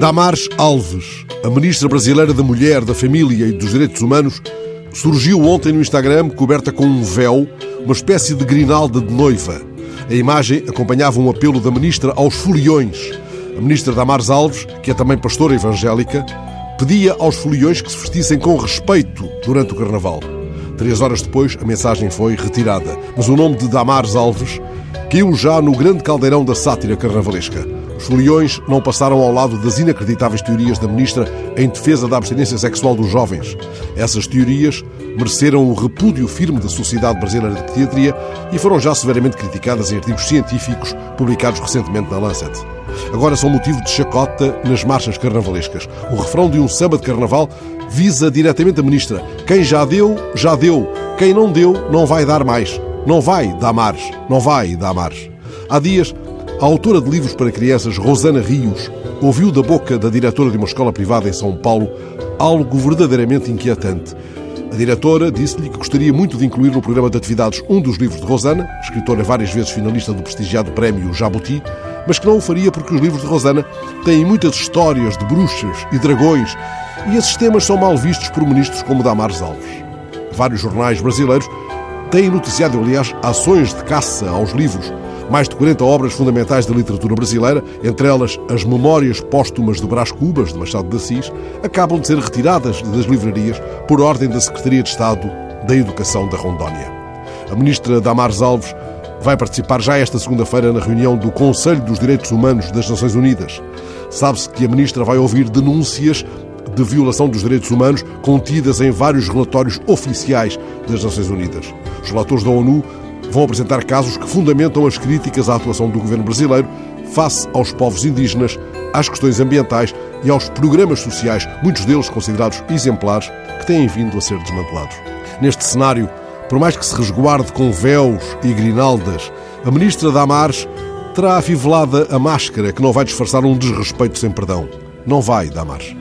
Damares Alves, a ministra brasileira da Mulher, da Família e dos Direitos Humanos, surgiu ontem no Instagram coberta com um véu, uma espécie de grinalda de noiva. A imagem acompanhava um apelo da ministra aos foliões. A ministra Damares Alves, que é também pastora evangélica, pedia aos foliões que se vestissem com respeito durante o Carnaval. 3 horas depois, a mensagem foi retirada. Mas o nome de Damares Alves caiu já no grande caldeirão da sátira carnavalesca. Os foliões não passaram ao lado das inacreditáveis teorias da ministra em defesa da abstinência sexual dos jovens. Essas teorias mereceram o repúdio firme da Sociedade Brasileira de Pediatria e foram já severamente criticadas em artigos científicos publicados recentemente na Lancet. Agora são motivo de chacota nas marchas carnavalescas. O refrão de um samba de carnaval visa diretamente a ministra. Quem já deu, já deu. Quem não deu, não vai dar mais. Não vai, Damares. Não vai, Damares. Há dias, a autora de livros para crianças, Rosana Rios, ouviu da boca da diretora de uma escola privada em São Paulo algo verdadeiramente inquietante. A diretora disse-lhe que gostaria muito de incluir no programa de atividades um dos livros de Rosana, escritora várias vezes finalista do prestigiado prémio Jabuti, mas que não o faria porque os livros de Rosana têm muitas histórias de bruxas e dragões e esses temas são mal vistos por ministros como Damares Alves. Vários jornais brasileiros têm noticiado, aliás, ações de caça aos livros. Mais de 40 obras fundamentais da literatura brasileira, entre elas as Memórias Póstumas de Brás Cubas, de Machado de Assis, acabam de ser retiradas das livrarias por ordem da Secretaria de Estado da Educação da Rondônia. A ministra Damares Alves vai participar já esta segunda-feira na reunião do Conselho dos Direitos Humanos das Nações Unidas. Sabe-se que a ministra vai ouvir denúncias de violação dos direitos humanos contidas em vários relatórios oficiais das Nações Unidas. Os relatores da ONU vão apresentar casos que fundamentam as críticas à atuação do governo brasileiro face aos povos indígenas, às questões ambientais e aos programas sociais, muitos deles considerados exemplares, que têm vindo a ser desmantelados. Neste cenário, por mais que se resguarde com véus e grinaldas, a ministra Damares terá afivelada a máscara que não vai disfarçar um desrespeito sem perdão. Não vai, Damares.